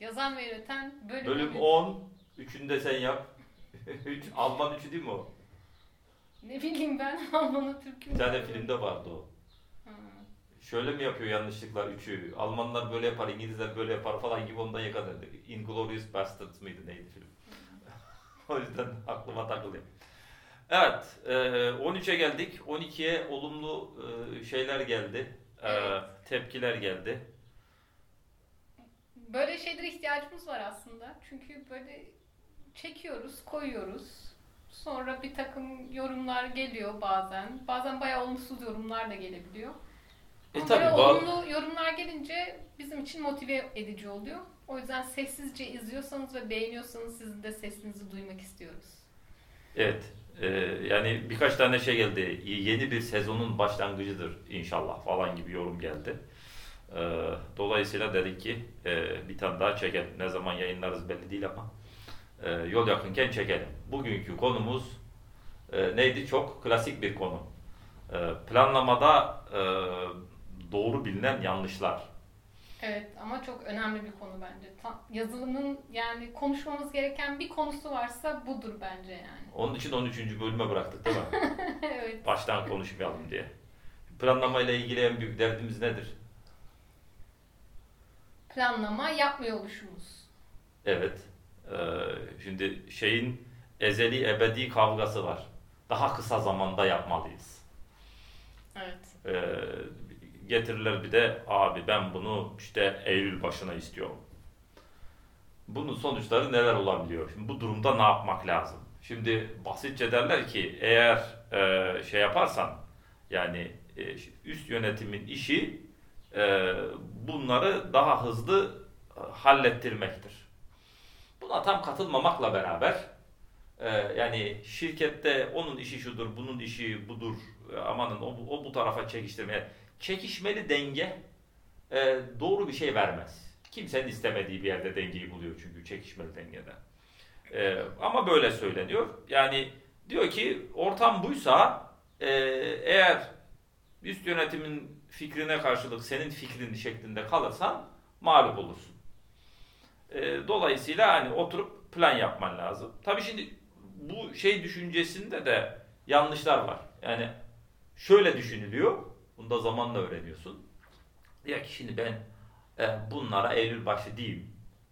Yazan ve üreten Bölüm 10. Üçünü de sen yap. Alman 3'ü değil mi o? Ne bileyim ben Alman'ı Türk'ü Bir tane filmde vardı o. Şöyle mi yapıyor yanlışlıkla 3'ü? Almanlar böyle yapar, İngilizler böyle yapar falan gibi ondan yakalandı. Inglourious Basterds mıydı neydi film? O yüzden aklıma takılıyor. Evet, 13'e geldik. 12'ye olumlu şeyler geldi. Evet. Tepkiler geldi. Böyle şeylere ihtiyacımız var aslında. Çünkü böyle çekiyoruz, koyuyoruz. Sonra bir takım yorumlar geliyor bazen. Bazen bayağı olumsuz yorumlar da gelebiliyor. Ama böyle olumlu yorumlar gelince bizim için motive edici oluyor. O yüzden sessizce izliyorsanız ve beğeniyorsanız sizin de sesinizi duymak istiyoruz. Evet. Yani birkaç tane şey geldi. Yeni bir sezonun başlangıcıdır inşallah falan gibi yorum geldi. Dolayısıyla dedik ki bir tane daha çekelim. Ne zaman yayınlarız belli değil ama yol yakınken çekelim. Bugünkü konumuz neydi? Çok klasik bir konu. Planlamada doğru bilinen yanlışlar. Evet ama çok önemli bir konu bence. Yazılımın yani konuşmamız gereken bir konusu varsa budur bence yani. Onun için 13. bölüme bıraktık değil mi? Evet. Baştan konuşmayalım diye. Planlamayla ilgili en büyük derdimiz nedir? Planlama yapmıyor oluşumuz. Evet. Şimdi şeyin ezeli ebedi kavgası var. Daha kısa zamanda yapmalıyız. Evet. Getirirler bir de abi ben bunu işte Eylül başına istiyorum. Bunun sonuçları neler olabiliyor? Şimdi bu durumda ne yapmak lazım? Şimdi basitçe derler ki eğer şey yaparsan yani üst yönetimin işi bunları daha hızlı hallettirmektir. Buna tam katılmamakla beraber yani şirkette onun işi şudur, bunun işi budur, amanın o bu tarafa çekiştirmeye. Çekişmeli denge doğru bir şey vermez. Kimsenin istemediği bir yerde dengeyi buluyor çünkü çekişmeli dengede. Ama böyle söyleniyor. Yani diyor ki ortam buysa eğer üst yönetimin fikrine karşılık senin fikrin şeklinde kalırsan mağlup olursun. Dolayısıyla hani oturup plan yapman lazım. Tabii şimdi bu şey düşüncesinde de yanlışlar var. Yani şöyle düşünülüyor. Bunu da zamanla öğreniyorsun. Diyor ki şimdi ben bunlara Eylül başı diyeyim.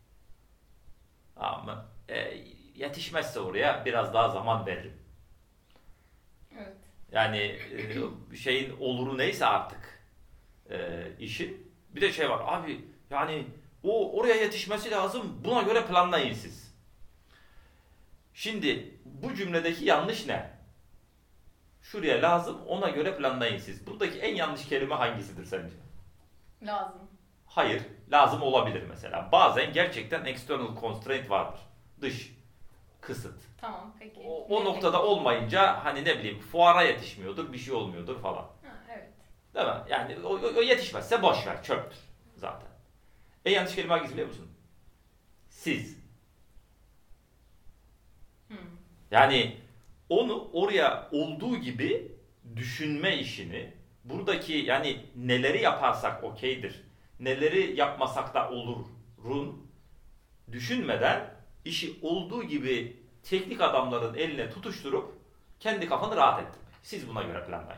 Ama yetişmezse oraya biraz daha zaman veririm. Evet. Yani şeyin oluru neyse artık işin. Bir de şey var abi yani o oraya yetişmesi lazım. Buna göre planlayın siz. Şimdi bu cümledeki yanlış ne? Şuraya lazım ona göre planlayın siz. Buradaki en yanlış kelime hangisidir sence? Lazım. Hayır. Lazım olabilir mesela. Bazen gerçekten external constraint vardır. Dış kısıt. Tamam peki. O noktada olmayınca hani ne bileyim fuara yetişmiyordur, bir şey olmuyordur falan. Ha, evet. Değil mi? Yani o yetişmezse boş ver, çöptür zaten. En yanlış kelime hangisi biliyor musun? Siz. Yani onu oraya olduğu gibi düşünme işini, buradaki yani neleri yaparsak okeydir, neleri yapmasak da olurun düşünmeden işi olduğu gibi teknik adamların eline tutuşturup kendi kafanı rahat ettirmek. Siz buna göre planlayın.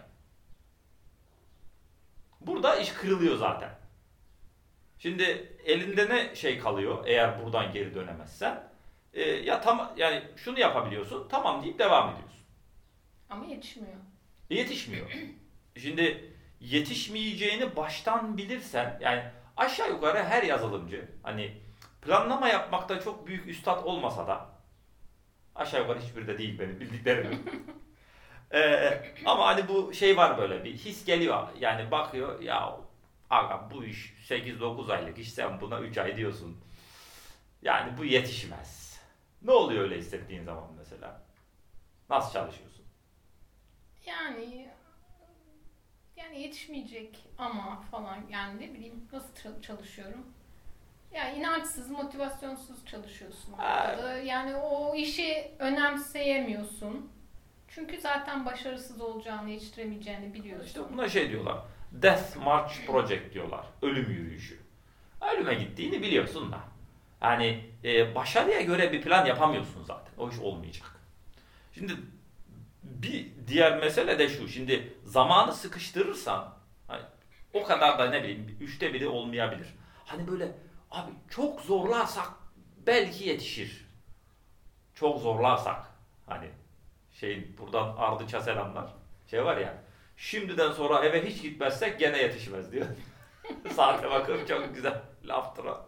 Burada iş kırılıyor zaten. Şimdi elinde ne şey kalıyor eğer buradan geri dönemezsen? Yani şunu yapabiliyorsun, tamam deyip devam ediyorsun. Ama yetişmiyor. Yetişmiyor. Şimdi yetişmeyeceğini baştan bilirsen, yani aşağı yukarı her yazılımcı, hani planlama yapmakta çok büyük üstad olmasa da, aşağı yukarı hiçbiri de değil benim bildiklerim. Ama hani bu şey var böyle bir his geliyor. Yani bakıyor ya aga bu iş 8-9 aylık iş sen buna 3 ay diyorsun. Yani bu yetişmez. Ne oluyor öyle hissettiğin zaman mesela? Nasıl çalışıyorsun? Yani yetişmeyecek ama falan yani ne bileyim nasıl çalışıyorum? Yani inançsız, motivasyonsuz çalışıyorsun ortada. Yani o işi önemseyemiyorsun. Çünkü zaten başarısız olacağını, yetiştiremeyeceğini biliyorsun. İşte buna şey diyorlar. Death March Project diyorlar. Ölüm yürüyüşü. Ölüme gittiğini biliyorsun da. Yani başarıya göre bir plan yapamıyorsun zaten. O iş olmayacak. Şimdi bir diğer mesele de şu. Şimdi zamanı sıkıştırırsan hani, o kadar da ne bileyim 1/3 olmayabilir. Hani böyle abi çok zorlarsak belki yetişir. Çok zorlarsak hani buradan Ardıç'a selamlar. Var ya, şimdiden sonra eve hiç gitmezsek gene yetişmez diyor. Saate bakıp çok güzel laftır o.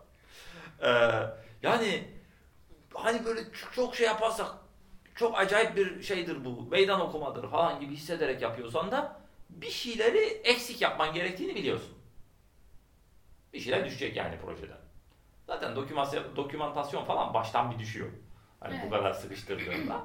Yani hani böyle çok şey yaparsak çok acayip bir şeydir bu, meydan okumadır falan gibi hissederek yapıyorsan da bir şeyleri eksik yapman gerektiğini biliyorsun. Bir şeyler düşecek yani projeden. Zaten dokümantasyon falan baştan bir düşüyor. Hani evet. Bu kadar sıkıştırdığında.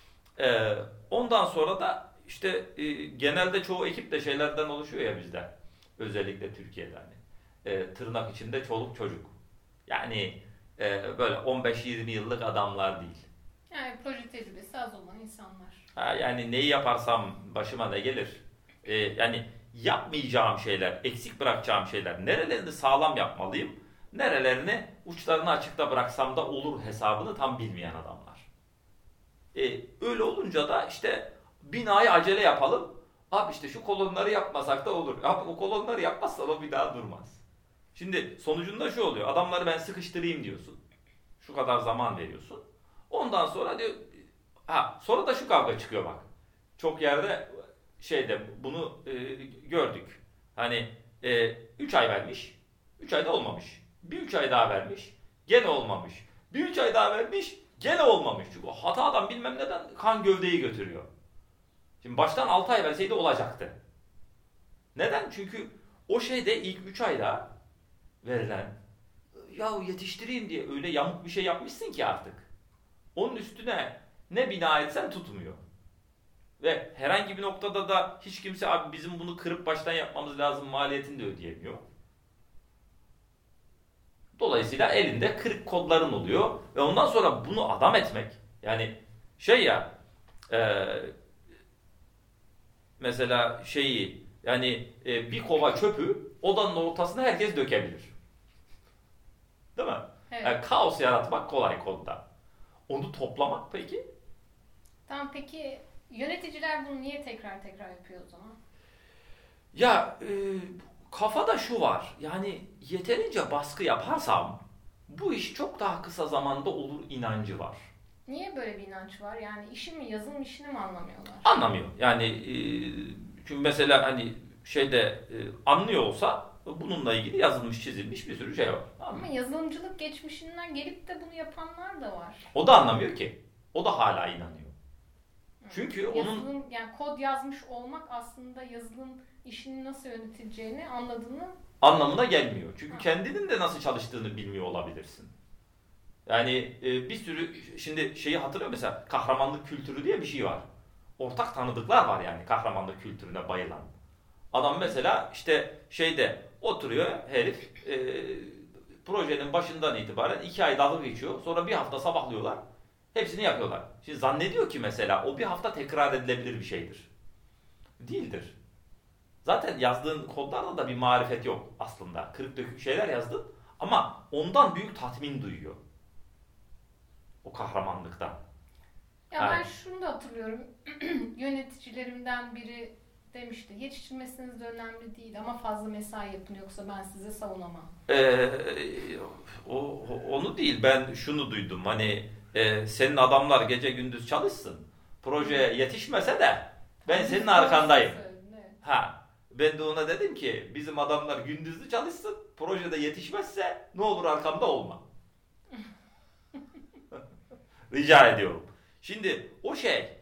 Ondan sonra da işte genelde çoğu ekip de şeylerden oluşuyor ya bizde. Özellikle Türkiye'de hani. Tırnak içinde çoluk çocuk. Yani böyle 15-20 yıllık adamlar değil. Yani proje tecrübesi az olan insanlar. Yani neyi yaparsam başıma ne gelir? Yani yapmayacağım şeyler, eksik bırakacağım şeyler, nerelerini sağlam yapmalıyım, nerelerini uçlarını açıkta bıraksam da olur hesabını tam bilmeyen adamlar. Öyle olunca da işte binayı acele yapalım. Abi işte şu kolonları yapmasak da olur. Abi o kolonları yapmazsan o bir daha durmaz. Şimdi sonucunda şu oluyor. Adamları ben sıkıştırayım diyorsun. Şu kadar zaman veriyorsun. Ondan sonra diyor, sonra da şu kavga çıkıyor bak. Çok yerde bunu gördük. Hani 3 ay vermiş, 3 ayda olmamış. Bir 3 ay daha vermiş, gene olmamış. Bir 3 ay daha vermiş, gene olmamış. Çünkü o hatadan bilmem neden kan gövdeyi götürüyor. Şimdi baştan 6 ay verseydi olacaktı. Neden? Çünkü o ilk 3 ayda verilen yetiştireyim diye öyle yamuk bir şey yapmışsın ki artık. Onun üstüne ne bina etsen tutmuyor. Ve herhangi bir noktada da hiç kimse abi bizim bunu kırıp baştan yapmamız lazım maliyetini de ödeyemiyor. Dolayısıyla elinde kırık kodların oluyor ve ondan sonra bunu adam etmek. Yani mesela bir kova çöpü odanın ortasına herkes dökebilir. Değil mi? Evet. Yani kaos yaratmak kolay konuda. Onu toplamak peki? Tamam, peki yöneticiler bunu niye tekrar yapıyor o zaman? Kafada şu var. Yani yeterince baskı yaparsam bu iş çok daha kısa zamanda olur inancı var. Niye böyle bir inanç var? Yani yazılım işini mi anlamıyorlar? Anlamıyor. Yani çünkü mesela hani anlıyor olsa bununla ilgili yazılmış, çizilmiş bir sürü şey var. Ama yazılımcılık geçmişinden gelip de bunu yapanlar da var. O da anlamıyor ki. O da hala inanıyor. Çünkü yani kod yazmış olmak aslında yazılım işini nasıl yönetileceğini anlamına gelmiyor. Çünkü kendinin de nasıl çalıştığını bilmiyor olabilirsin. Yani bir sürü şimdi hatırlıyor mesela kahramanlık kültürü diye bir şey var. Ortak tanıdıklar var yani kahramanlık kültürüne bayılan. Adam mesela oturuyor herif projenin başından itibaren 2 ay dalga geçiyor. Sonra bir hafta sabahlıyorlar. Hepsini yapıyorlar. Şimdi zannediyor ki mesela o bir hafta tekrar edilebilir bir şeydir. Değildir. Zaten yazdığın kodlarda da bir marifet yok aslında. Kırık dökük şeyler yazdın ama ondan büyük tatmin duyuyor. O kahramanlıktan. Ben şunu da hatırlıyorum. Yöneticilerimden biri demişti. Yetiştirmesiniz de önemli değil ama fazla mesai yapın yoksa ben size savunamam. Onu değil, ben şunu duydum. Hani senin adamlar gece gündüz çalışsın. Projeye yetişmese de ben senin arkandayım. Ben de ona dedim ki bizim adamlar gündüzlü çalışsın. Projede yetişmezse ne olur arkamda olma. Rica ediyorum. Şimdi o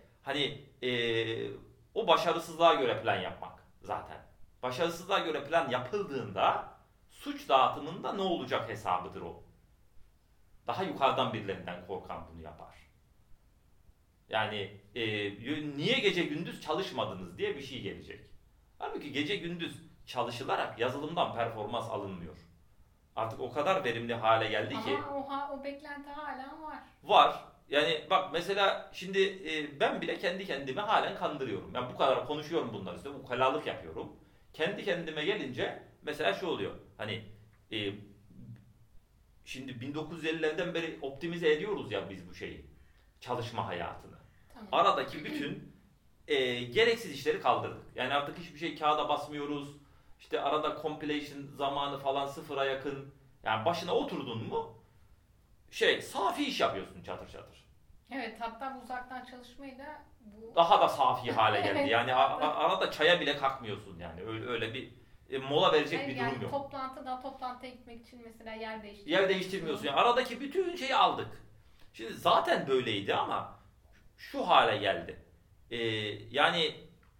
o başarısızlığa göre plan yapmak zaten. Başarısızlığa göre plan yapıldığında suç dağıtımında ne olacak hesabıdır o. Daha yukarıdan birilerinden korkan bunu yapar. Yani niye gece gündüz çalışmadınız diye bir şey gelecek. Halbuki gece gündüz çalışılarak yazılımdan performans alınmıyor. Artık o kadar verimli hale geldi ki. Ama o beklenti hala var. Var. Yani bak mesela şimdi ben bile kendi kendimi halen kandırıyorum. Ben bu kadar konuşuyorum bunlar üstüne, ukalalık yapıyorum. Kendi kendime gelince mesela şu oluyor. Hani şimdi 1950'lerden beri optimize ediyoruz ya biz bu şeyi. Çalışma hayatını. Tamam. Aradaki bütün gereksiz işleri kaldırdık. Yani artık hiçbir şey kağıda basmıyoruz. İşte arada compilation zamanı falan sıfıra yakın. Yani başına oturdun mu safi iş yapıyorsun çatır çatır. Evet, hatta uzaktan çalışmayı da bu... Daha da safi hale geldi. Yani arada çaya bile kalkmıyorsun yani. Öyle bir mola verecek Hayır, bir durum yani yok. toplantıdan toplantıya gitmek için mesela yer değiştirmiyorsun. Yer değiştirmiyorsun. Yani aradaki bütün şeyi aldık. Şimdi zaten böyleydi ama şu hale geldi. Yani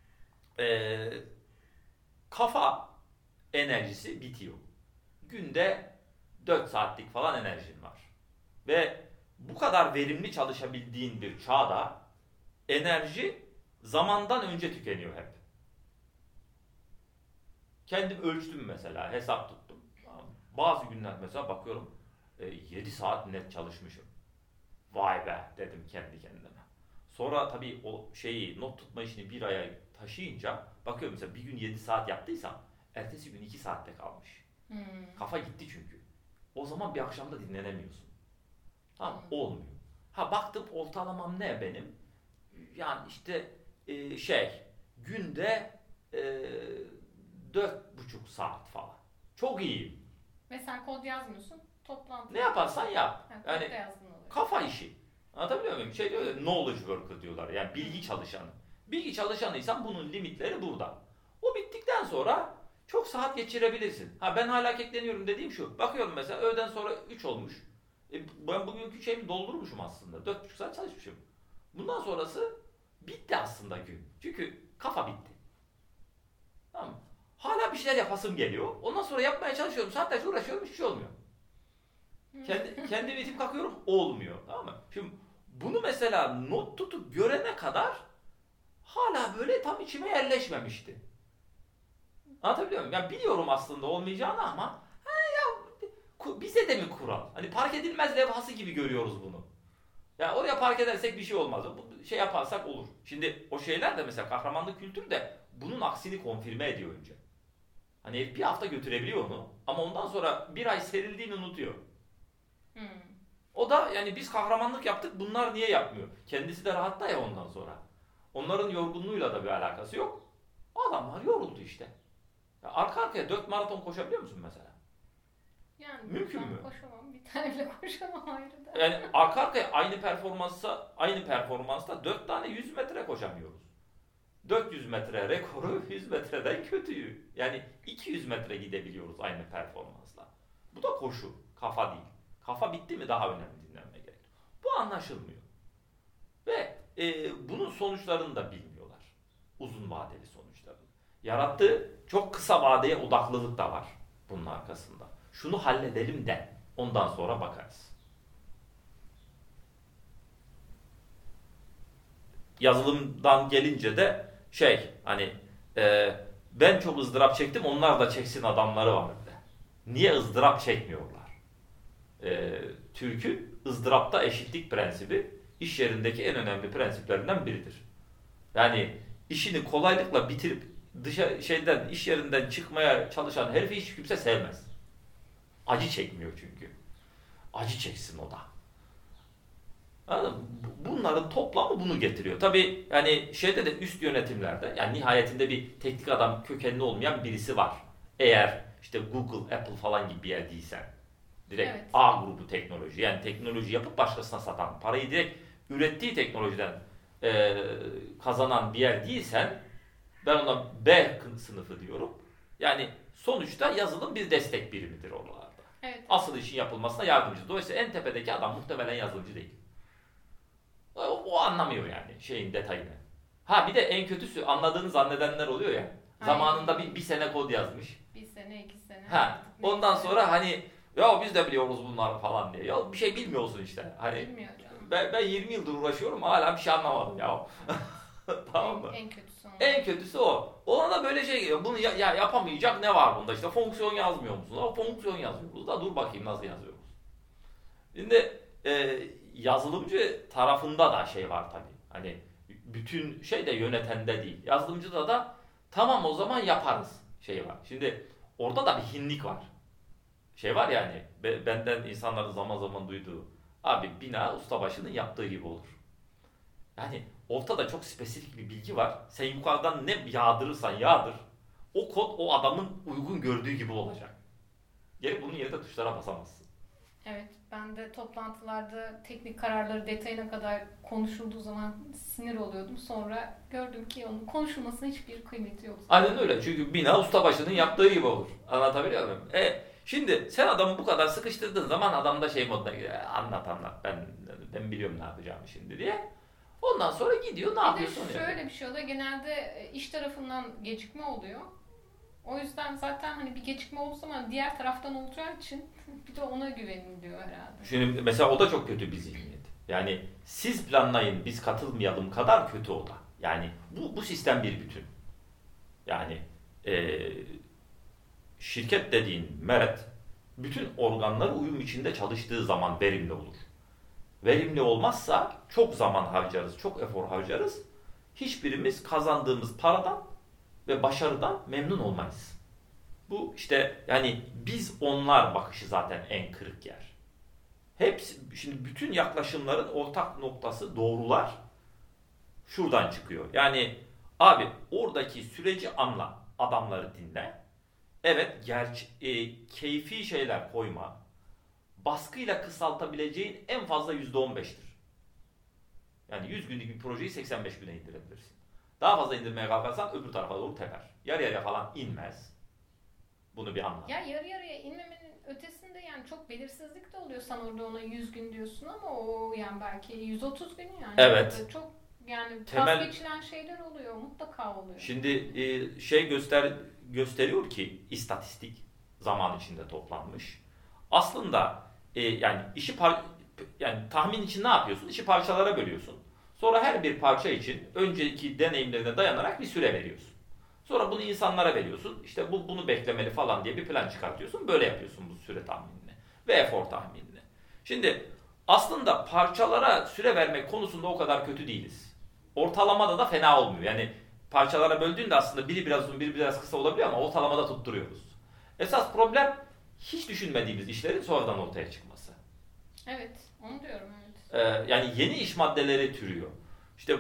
kafa enerjisi bitiyor. Günde 4 saatlik falan enerjin var. Ve bu kadar verimli çalışabildiğin bir çağda enerji zamandan önce tükeniyor hep. Kendim ölçtüm mesela, hesap tuttum. Bazı günler mesela bakıyorum 7 saat net çalışmışım. Vay be dedim kendi kendime. Sonra tabii o not tutma işini bir aya taşıyınca bakıyorum mesela bir gün 7 saat yaptıysam ertesi gün 2 saatte kalmış. Kafa gitti çünkü. O zaman bir akşamda dinlenemiyorsun. Tamam, olmuyor. Baktım ortalamam ne benim? Yani işte günde 4,5 saat falan. Çok iyi. Ve sen kod yazmıyorsun, toplantı. Ne yaparsan yap. Yani kafa işi. Anlatabiliyor muyum? Diyor knowledge worker diyorlar. Yani bilgi çalışanı. Bilgi çalışanıysan bunun limitleri burada. O bittikten sonra çok saat geçirebilirsin. Ben hala kekleniyorum dediğim şu. Bakıyorum mesela öğleden sonra 3 olmuş. Ben bugünkü şeyimi doldurmuşum aslında. 4,5 saat çalışmışım. Bundan sonrası bitti aslında gün. Çünkü kafa bitti. Tamam mı? Hala bir şeyler yapasım geliyor. Ondan sonra yapmaya çalışıyorum. Saatlerce uğraşıyorum. Hiçbir şey olmuyor. Kendi bitip kalkıyorum. Olmuyor. Tamam mı? Şimdi bunu mesela not tutup görene kadar hala böyle tam içime yerleşmemişti. Anlatabiliyor muyum? Yani biliyorum aslında olmayacağını ama bize de mi kural? Hani park edilmez levhası gibi görüyoruz bunu. Ya oraya park edersek bir şey olmaz. Bu yaparsak olur. Şimdi o şeyler de mesela kahramanlık kültürü de bunun aksini konfirme ediyor önce. Hani bir hafta götürebiliyor onu ama ondan sonra bir ay serildiğini unutuyor. O da yani biz kahramanlık yaptık, bunlar niye yapmıyor? Kendisi de rahatta ya ondan sonra. Onların yorgunluğuyla da bir alakası yok. Adamlar yoruldu işte. Ya arka arkaya 4 maraton koşabiliyor musun mesela? Yani mümkün mü? Koşamam, bir tane bile koşamam ayrı da. Yani arka arkaya aynı performansta 4 tane 100 metre koşamıyoruz. 400 metre rekoru 100 metreden kötüyü. Yani 200 metre gidebiliyoruz aynı performansla. Bu da koşu, kafa değil. Kafa bitti mi daha önemli dinlenme gerekiyor. Bu anlaşılmıyor. Ve bunun sonuçlarını da bilmiyorlar. Uzun vadeli sonuçlarını. Yarattığı çok kısa vadeye odaklılık da var bunun arkasında. Şunu halledelim de ondan sonra bakarız. Yazılımdan gelince de ben çok ızdırap çektim, onlar da çeksin adamları var bir de. Niye ızdırap çekmiyorlar? Türk'ün ızdırapta eşitlik prensibi iş yerindeki en önemli prensiplerinden biridir. Yani işini kolaylıkla bitirip iş yerinden çıkmaya çalışan herifi hiç kimse sevmez. Acı çekmiyor çünkü. Acı çeksin o da. Bunların toplamı bunu getiriyor. Tabii yani de üst yönetimlerde yani nihayetinde bir teknik adam kökenli olmayan birisi var. Eğer işte Google, Apple falan gibi bir yer değilsen. Direkt evet. A grubu teknoloji. Yani teknoloji yapıp başkasına satan, parayı direkt ürettiği teknolojiden kazanan bir yer değilsen, ben ona B sınıfı diyorum. Yani sonuçta yazılım bir destek birimidir oralarda. Evet. Asıl işin yapılmasına yardımcı. Dolayısıyla en tepedeki adam muhtemelen yazılımcı değil. O anlamıyor yani detayını. Bir de en kötüsü anladığını zannedenler oluyor ya. Aynen. Zamanında bir sene kod yazmış. 1 sene, 2 sene. Ondan sonra ya biz de biliyoruz bunları falan diye. Ya bir şey bilmiyorsun işte. Bilmiyor canım. Ben 20 yıldır uğraşıyorum hala bir şey anlamadım ya. Tamam mı? En kötüsü o. En kötüsü o. Ona da böyle geliyor. Bunu yapamayacak ne var bunda? İşte fonksiyon yazmıyor musunuz? Fonksiyon yazıyoruz da dur bakayım nasıl yazıyoruz. Şimdi yazılımcı tarafında da var tabii. Hani bütün de yönetende değil. Yazılımcıda da tamam o zaman yaparız var. Şimdi orada da bir hinlik var. şey var yani, benden insanların zaman zaman duyduğu, abi bina ustabaşının yaptığı gibi olur. Yani ortada çok spesifik bir bilgi var. Sen yukarıdan ne yağdırırsan yağdır, o kod o adamın uygun gördüğü gibi olacak. Bunun yerine tuşlara basamazsın. Evet, ben de toplantılarda teknik kararları detayına kadar konuşulduğu zaman sinir oluyordum. Sonra gördüm ki onun konuşulmasının hiçbir kıymeti yok. Aynen öyle. Çünkü bina ustabaşının yaptığı gibi olur. Anlatabiliyor muyum? Şimdi sen adamı bu kadar sıkıştırdığın zaman adam da şey moduna gidiyor. Anlat ben biliyorum ne yapacağımı şimdi diye. Ondan sonra gidiyor ne yapıyorsun? Bir de şöyle bir şey oluyor. Genelde iş tarafından gecikme oluyor. O yüzden zaten hani bir gecikme olduğu zaman diğer taraftan olacağı için bir de ona güveniliyor herhalde. Şimdi mesela o da çok kötü bir zihniyet. Yani siz planlayın biz katılmayalım kadar kötü o da. Yani bu sistem bir bütün. Yani şirket dediğin meret bütün organları uyum içinde çalıştığı zaman verimli olur. Verimli olmazsa çok zaman harcarız, çok efor harcarız. Hiçbirimiz kazandığımız paradan ve başarıdan memnun olmayız. Bu işte yani biz onlar bakışı zaten en kırık yer. Şimdi bütün yaklaşımların ortak noktası doğrular şuradan çıkıyor. Yani abi oradaki süreci anla, adamları dinle. Evet, keyfi şeyler koyma. Baskıyla kısaltabileceğin en fazla %15'tir. Yani 100 günlük bir projeyi 85 güne indirebilirsin. Daha fazla indirmeye kalkarsan öbür tarafa doğru teper. Yarı yarıya falan inmez. Bunu bir anla. Ya yarı yarıya inmemenin ötesinde yani çok belirsizlik de oluyor. Sen orada ona 100 gün diyorsun ama o yani belki 130 gün yani. Evet. Çok yani vazgeçilen şeyler oluyor. Mutlaka oluyor. Şimdi gösteriyor ki istatistik zaman içinde toplanmış. Aslında yani yani tahmin için ne yapıyorsun? İşi parçalara bölüyorsun. Sonra her bir parça için önceki deneyimlerine dayanarak bir süre veriyorsun. Sonra bunu insanlara veriyorsun. İşte bunu beklemeli falan diye bir plan çıkartıyorsun. Böyle yapıyorsun bu süre tahminini ve efor tahminini. Şimdi aslında parçalara süre vermek konusunda o kadar kötü değiliz. Ortalamada da fena olmuyor. Yani parçalara böldüğünde aslında biri biraz uzun, biri biraz kısa olabiliyor ama ortalamada tutturuyoruz. Esas problem hiç düşünmediğimiz işlerin sonradan ortaya çıkması. Evet, onu diyorum evet. Yani yeni iş maddeleri türüyor. İşte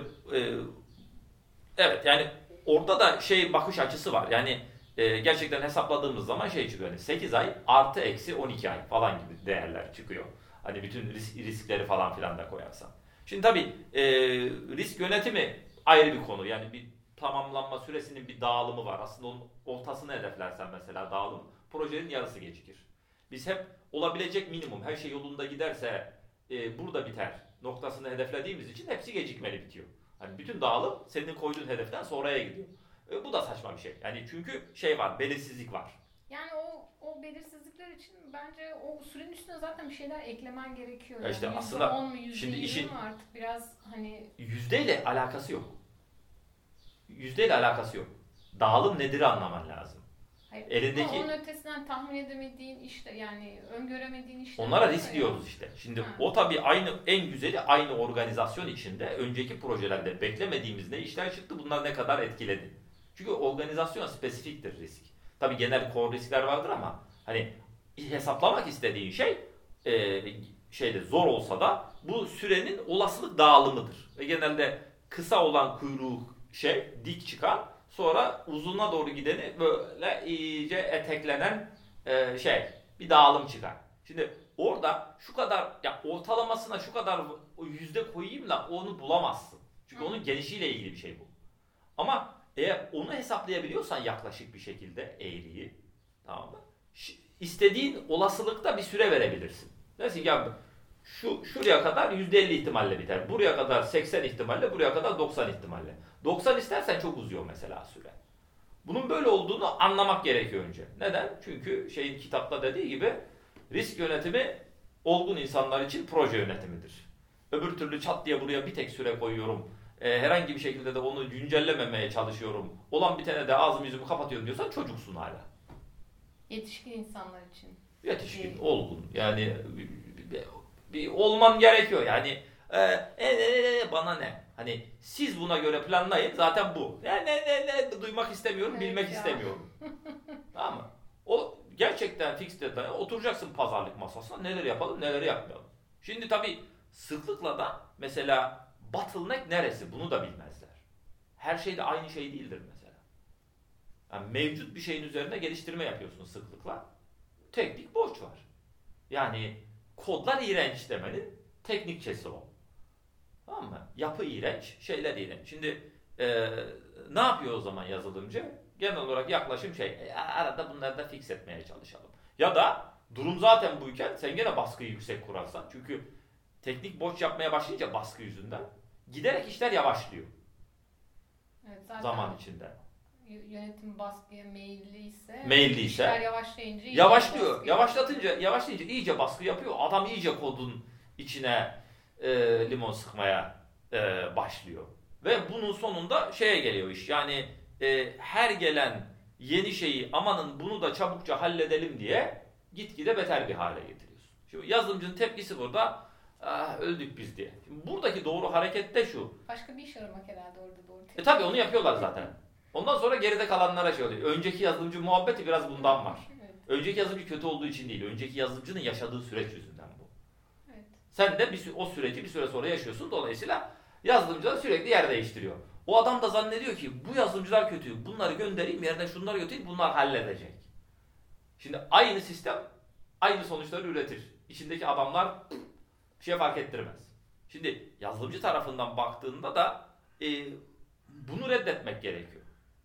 evet yani orada da bakış açısı var. Yani gerçekten hesapladığımız zaman çıkıyor. Yani 8 ay artı eksi 12 ay falan gibi değerler çıkıyor. Hani bütün riskleri falan filan da koyarsan. Şimdi tabii risk yönetimi ayrı bir konu. Yani bir tamamlanma süresinin bir dağılımı var. Aslında onun ortasını hedeflersen mesela dağılım, projenin yarısı gecikir. Biz hep olabilecek minimum, her şey yolunda giderse burada biter noktasını hedeflediğimiz için hepsi gecikmeli bitiyor. Hani bütün dağılım senin koyduğun hedeften sonraya gidiyor. Bu da saçma bir şey. Yani çünkü var, belirsizlik var. Yani o belirsizlikler için bence o sürenin üstüne zaten bir şeyler eklemen gerekiyor. Ya işte yani aslında %10 mu, şimdi işin mi artık biraz hani yüzdeyle alakası yok. Yüzdeyle alakası yok. Dağılım nedir anlaman lazım. hayır, Elindeki ama onun ötesinden tahmin edemediğin işte yani öngöremediğin işler. onlara risk diyoruz işte. Şimdi o tabii en güzeli aynı organizasyon içinde önceki projelerde beklemediğimiz ne işler çıktı, bunlar ne kadar etkiledi. Çünkü organizasyon spesifiktir risk. Tabii genel core riskler vardır ama hani hesaplamak istediğin zor olsa da bu sürenin olasılık dağılımıdır. Ve genelde kısa olan kuyruğu dik çıkan, sonra uzuna doğru gideni böyle iyice eteklenen bir dağılım çıkar. Şimdi orada şu kadar ortalamasına şu kadar yüzde koyayım da onu bulamazsın. Çünkü onun gelişiyle ilgili bir şey bu. Ama eğer onu hesaplayabiliyorsan yaklaşık bir şekilde eğriyi, tamam mı? İstediğin olasılıkta bir süre verebilirsin. Dersin ki şuraya kadar %50 ihtimalle biter. Buraya kadar 80 ihtimalle, buraya kadar 90 ihtimalle. 90 istersen çok uzuyor mesela süre. Bunun böyle olduğunu anlamak gerekiyor önce. Neden? Çünkü kitapta dediği gibi risk yönetimi olgun insanlar için proje yönetimidir. Öbür türlü çat diye buraya bir tek süre koyuyorum. Herhangi bir şekilde de onu güncellememeye çalışıyorum. Olan bitene de ağzımı yüzümü kapatıyorum diyorsan çocuksun hala. Yetişkin insanlar için. Yetişkin, olgun. Yani bir olman gerekiyor. Yani bana ne? Hani siz buna göre planlayın. Zaten bu. Ne duymak istemiyorum, evet bilmek ya. istemiyorum. Tamam mı? O gerçekten fix detaya oturacaksın pazarlık masasına, neler yapalım neleri yapmayalım. Şimdi tabii sıklıkla da mesela bottleneck neresi bunu da bilmezler. Her şey de aynı şey değildir mesela. Yani mevcut bir şeyin üzerine geliştirme yapıyorsun sıklıkla. Teknik borç var. Yani kodlar iğrenç demenin teknikçesi o. Tamam mı? Yapı iğrenç, şeyler iğrenç. Şimdi ne yapıyor o zaman yazılımcı? Genel olarak yaklaşım arada bunları da fix etmeye çalışalım. Ya da durum zaten buyken sen gene baskıyı yüksek kurarsan. Çünkü teknik borç yapmaya başlayınca baskı yüzünden giderek işler yavaşlıyor. Evet, zaten zaman içinde. Yönetim baskıya meyilliyse işler yavaşlayınca yavaşlıyor. Yavaşlayınca iyice baskı yapıyor. Adam iyice kodun içine limon sıkmaya başlıyor. Ve bunun sonunda şeye geliyor iş. Yani her gelen yeni şeyi amanın bunu da çabukça halledelim diye gitgide beter bir hale getiriyorsun. Şimdi yazılımcının tepkisi burada öldük biz diye. Şimdi buradaki doğru hareket de şu. Başka bir iş aramak herhalde orada doğru. Tabii onu yapıyorlar zaten. Ondan sonra geride kalanlara şey oluyor. Önceki yazılımcı muhabbeti biraz bundan var. Evet. Önceki yazılımcı kötü olduğu için değil. Önceki yazılımcının yaşadığı süreç yüzünden bu. Evet. Sen de o süreci bir süre sonra yaşıyorsun. Dolayısıyla yazılımcılar sürekli yer değiştiriyor. O adam da zannediyor ki bu yazılımcılar kötü. Bunları göndereyim yerine şunları götüreyim bunlar halledecek. Şimdi aynı sistem aynı sonuçları üretir. İçindeki adamlar bir şey fark ettirmez. Şimdi yazılımcı tarafından baktığında da bunu reddetmek gerekiyor.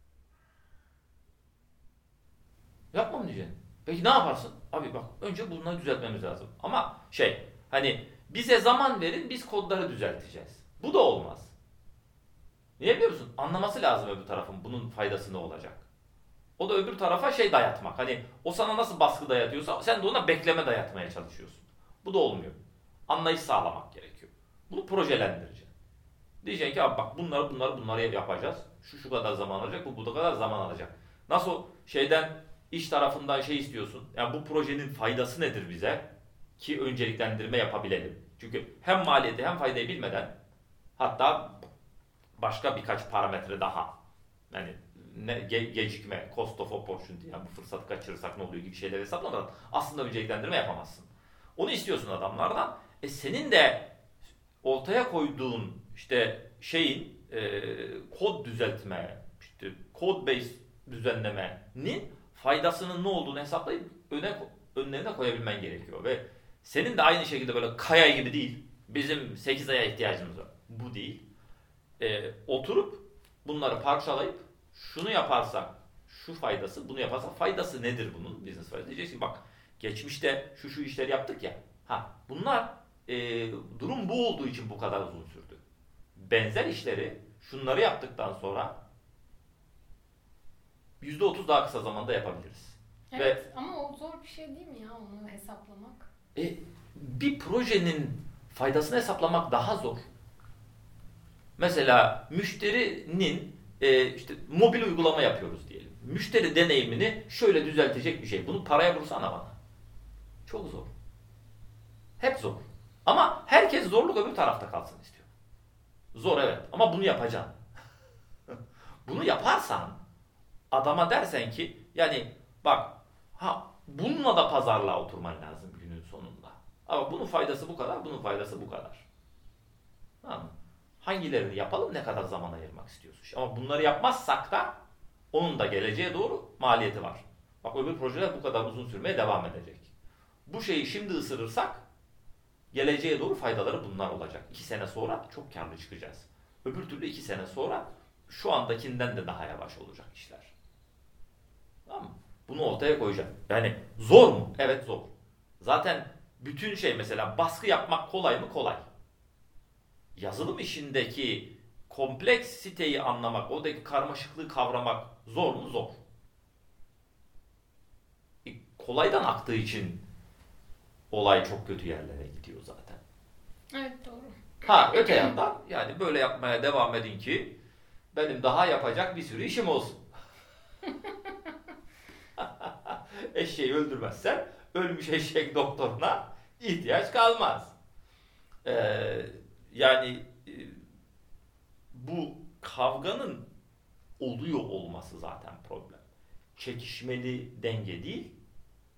Yapmam diyeceksin. Peki ne yaparsın? Abi bak önce bunları düzeltmemiz lazım. Ama hani bize zaman verin biz kodları düzelteceğiz. Bu da olmaz. Niye biliyor musun? Anlaması lazım öbür tarafın bunun faydası ne olacak. O da öbür tarafa dayatmak. Hani o sana nasıl baskı dayatıyorsa sen de ona bekleme dayatmaya çalışıyorsun. Bu da olmuyor. Anlayış sağlamak gerekiyor. Bunu projelendireceksin. Diyeceksin ki abi bak bunları yapacağız. Şu kadar zaman alacak, bu kadar zaman alacak. Nasıl iş tarafından istiyorsun. Yani bu projenin faydası nedir bize? Ki önceliklendirme yapabilelim. Çünkü hem maliyeti hem faydayı bilmeden hatta başka birkaç parametre daha yani gecikme, cost of opportunity yani bu fırsatı kaçırırsak ne oluyor gibi şeyleri hesaplamadan aslında önceliklendirme yapamazsın. Onu istiyorsun adamlardan. Senin de ortaya koyduğun kod düzeltme, code base düzenlemenin faydasının ne olduğunu hesaplayıp önlerine koyabilmen gerekiyor ve senin de aynı şekilde böyle kaya gibi değil, bizim 8 aya ihtiyacımız var. Bu değil. Oturup bunları parçalayıp şunu yaparsak şu faydası, bunu yaparsak faydası nedir bunun? Business faydası. Diyeceksin bak geçmişte şu işleri yaptık ya. Bunlar durum bu olduğu için bu kadar uzun sürdü. Benzer işleri şunları yaptıktan sonra %30 daha kısa zamanda yapabiliriz. Evet ama o zor bir şey değil mi ya onu hesaplamak? Bir projenin faydasını hesaplamak daha zor. Mesela müşterinin mobil uygulama yapıyoruz diyelim. Müşteri deneyimini şöyle düzeltecek bir şey. Bunu paraya vursana bana. Çok zor. Hep zor. Ama herkes zorluk öbür tarafta kalsın istiyor. Zor evet ama bunu yapacaksın. Bunu yaparsan adama dersen ki yani bak bununla da pazarlığa oturman lazım günün sonunda. Ama bunun faydası bu kadar, bunun faydası bu kadar. Tamam mı? Hangilerini yapalım, ne kadar zaman ayırmak istiyorsun? Ama bunları yapmazsak da onun da geleceğe doğru maliyeti var. Bak öbür projeler bu kadar uzun sürmeye devam edecek. Bu şeyi şimdi ısırırsak geleceğe doğru faydaları bunlar olacak. 2 sene sonra çok karlı çıkacağız. Öbür türlü 2 sene sonra şu andakinden de daha yavaş olacak işler. Tamam mı? Bunu ortaya koyacağım. Yani zor mu? Evet zor. Zaten bütün mesela baskı yapmak kolay mı? Kolay. Yazılım işindeki kompleksiteyi anlamak, oradaki karmaşıklığı kavramak zor mu? Zor. Kolaydan aktığı için olay çok kötü yerlere gidiyor zaten. Evet doğru. Öte yandan yani böyle yapmaya devam edin ki benim daha yapacak bir sürü işim olsun. Eşeği öldürmezsen ölmüş eşek doktoruna ihtiyaç kalmaz. Bu kavganın oluyor olması zaten problem. Çekişmeli denge değil,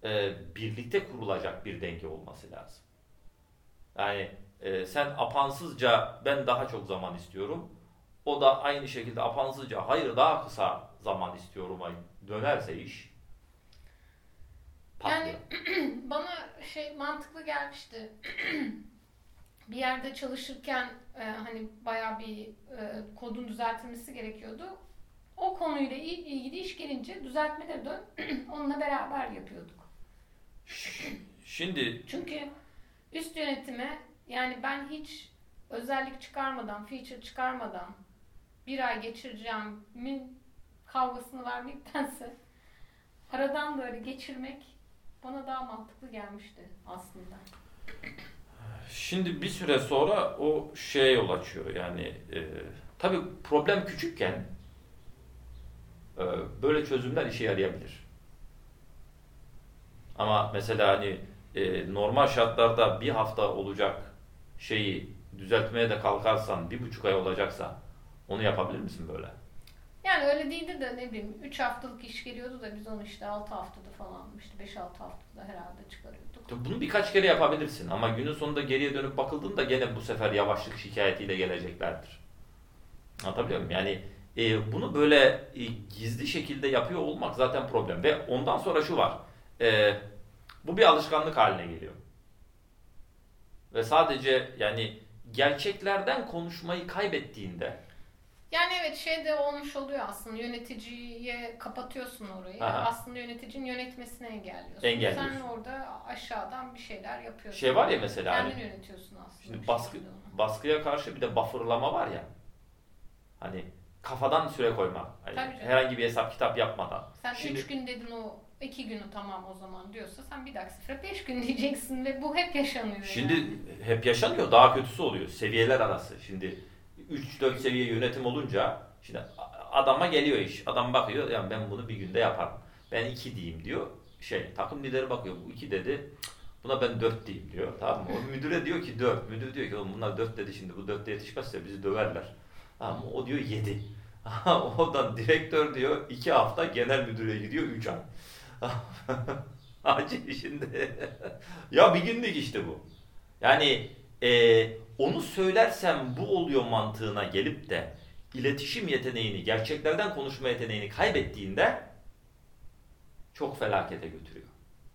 birlikte kurulacak bir denge olması lazım. Yani sen apansızca ben daha çok zaman istiyorum. O da aynı şekilde apansızca hayır daha kısa zaman istiyorum'a dönerse iş patlıyor. Yani bana mantıklı gelmişti. Bir yerde çalışırken hani bayağı bir kodun düzeltilmesi gerekiyordu. O konuyla ilgili iş gelince düzeltmeleri de onunla beraber yapıyorduk. Şimdi Çünkü üst yönetime yani ben hiç özellik çıkarmadan, feature çıkarmadan bir ay geçireceğimin kavgasını vermektense aradan böyle geçirmek bana daha mantıklı gelmişti aslında. Şimdi bir süre sonra o şeye yol açıyor yani tabii problem küçükken böyle çözümler işe yarayabilir. Ama mesela hani normal şartlarda bir hafta olacak şeyi düzeltmeye de kalkarsan 1,5 ay olacaksa onu yapabilir misin böyle? Yani öyle değildi de ne bileyim 3 haftalık iş geliyordu da biz onu işte 6 haftada falan işte 5-6 haftada herhalde çıkarıyorduk. Bunu birkaç kere yapabilirsin ama günün sonunda geriye dönüp bakıldığında gene bu sefer yavaşlık şikayetiyle geleceklerdir. Anlatabiliyor muyum? Yani bunu böyle gizli şekilde yapıyor olmak zaten problem. Ve ondan sonra şu var. Bu bir alışkanlık haline geliyor. Ve sadece yani gerçeklerden konuşmayı kaybettiğinde Yani evet de olmuş oluyor aslında yöneticiye kapatıyorsun orayı. Aha. Aslında yöneticinin yönetmesini engelliyorsun. Engelliyorsun. Sen orada aşağıdan bir şeyler yapıyorsun. Şey var ya mesela kendin hani, yönetiyorsun aslında. şimdi baskıya karşı bir de bufferlama var ya. Hani kafadan süre koyma. Hani herhangi bir hesap kitap yapmadan. Sen 3 gün dedin o 2 günü tamam o zaman diyorsa sen bir dahaki sefere 5 gün diyeceksin ve bu hep yaşanıyor. Şimdi yani. hep yaşanıyor. Daha kötüsü oluyor. Seviyeler arası. Şimdi 3-4 seviye yönetim olunca şimdi adama geliyor iş. Adam bakıyor yani ben bunu bir günde yaparım. Ben 2 diyeyim diyor. Takım lideri bakıyor. Bu 2 dedi. Buna ben 4 diyeyim diyor. Tamam mı? O müdüre diyor ki 4. Müdür diyor ki oğlum bunlar 4 dedi şimdi. Bu 4'te yetişmezse bizi döverler. Tamam mı? O diyor 7. Oradan direktör diyor 2 hafta genel müdüre gidiyor 3 ay. Acı şimdi. Ya bir günlük işte bu. Yani onu söylersem bu oluyor mantığına gelip de iletişim yeteneğini, gerçeklerden konuşma yeteneğini kaybettiğinde çok felakete götürüyor.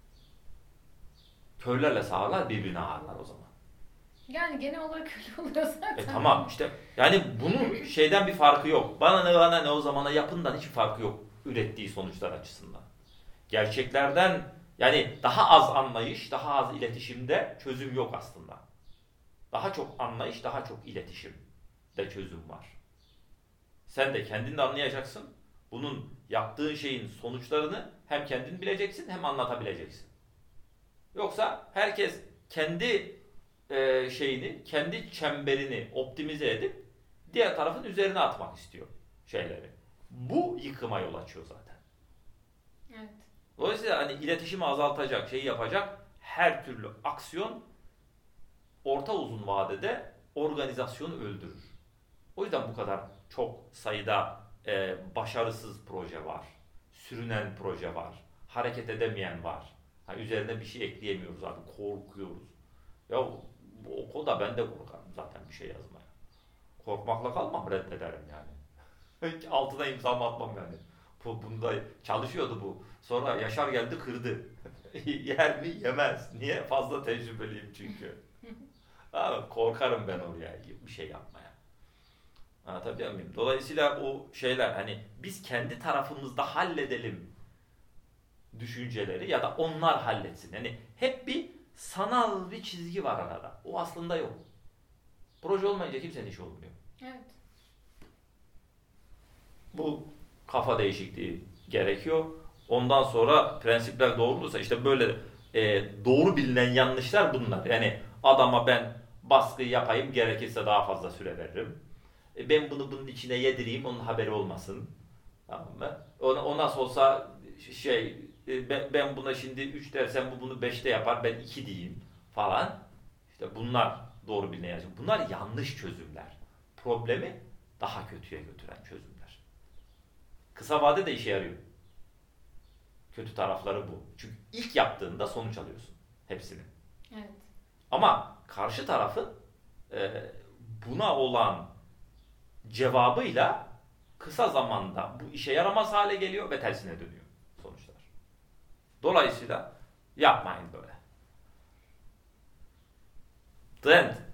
Körlerle sağırlar birbirine ağırlar o zaman. Yani genel olarak öyle oluyor zaten. Tamam işte yani bunun şeyden bir farkı yok. Bana ne o zamana yapından hiçbir farkı yok ürettiği sonuçlar açısından. Gerçeklerden yani daha az anlayış, daha az iletişimde çözüm yok aslında. Daha çok anlayış, daha çok iletişimde çözüm var. Sen de kendin de anlayacaksın. Bunun yaptığın şeyin sonuçlarını hem kendin bileceksin hem anlatabileceksin. Yoksa herkes kendi kendi çemberini optimize edip diğer tarafın üzerine atmak istiyor şeyleri. Bu yıkıma yol açıyor zaten. Evet. Dolayısıyla hani iletişimi azaltacak, şeyi yapacak her türlü aksiyon orta uzun vadede organizasyonu öldürür. O yüzden bu kadar çok sayıda başarısız proje var. Sürünen proje var. Hareket edemeyen var. Üzerine bir şey ekleyemiyoruz abi. Korkuyoruz. Ya o koda ben de korkarım zaten bir şey yazmaya. Korkmakla kalmam, reddederim yani. Altına imzamı atmam yani. Bunda çalışıyordu bu. Sonra Yaşar geldi kırdı. Yer mi? Yemez. Niye? Fazla tecrübeliyim çünkü. Korkarım ben oraya bir şey yapmaya. Anlatabiliyor muyum? Dolayısıyla o şeyler hani biz kendi tarafımızda halledelim düşünceleri ya da onlar halletsin. Yani hep bir sanal bir çizgi var arada. O aslında yok. Proje olmayınca kimsenin işi olmuyor. Evet. Bu kafa değişikliği gerekiyor. Ondan sonra prensipler doğrulursa işte böyle doğru bilinen yanlışlar bunlar. Yani adama ben baskı yapayım gerekirse daha fazla süre veririm. Ben bunu bunun içine yedireyim onun haberi olmasın. Tamam mı? O nasıl olsa ben buna şimdi 3 dersem bu bunu 5'te yapar ben 2 diyeyim falan. İşte bunlar doğru bilinen yanlış. Bunlar yanlış çözümler. Problemi daha kötüye götüren çözümler. Kısa vadede işe yarıyor. Kötü tarafları bu. Çünkü ilk yaptığında sonuç alıyorsun hepsini. Evet. Ama karşı tarafın buna olan cevabıyla kısa zamanda bu işe yaramaz hale geliyor ve tersine dönüyor sonuçlar. Dolayısıyla yapmayın böyle. The end.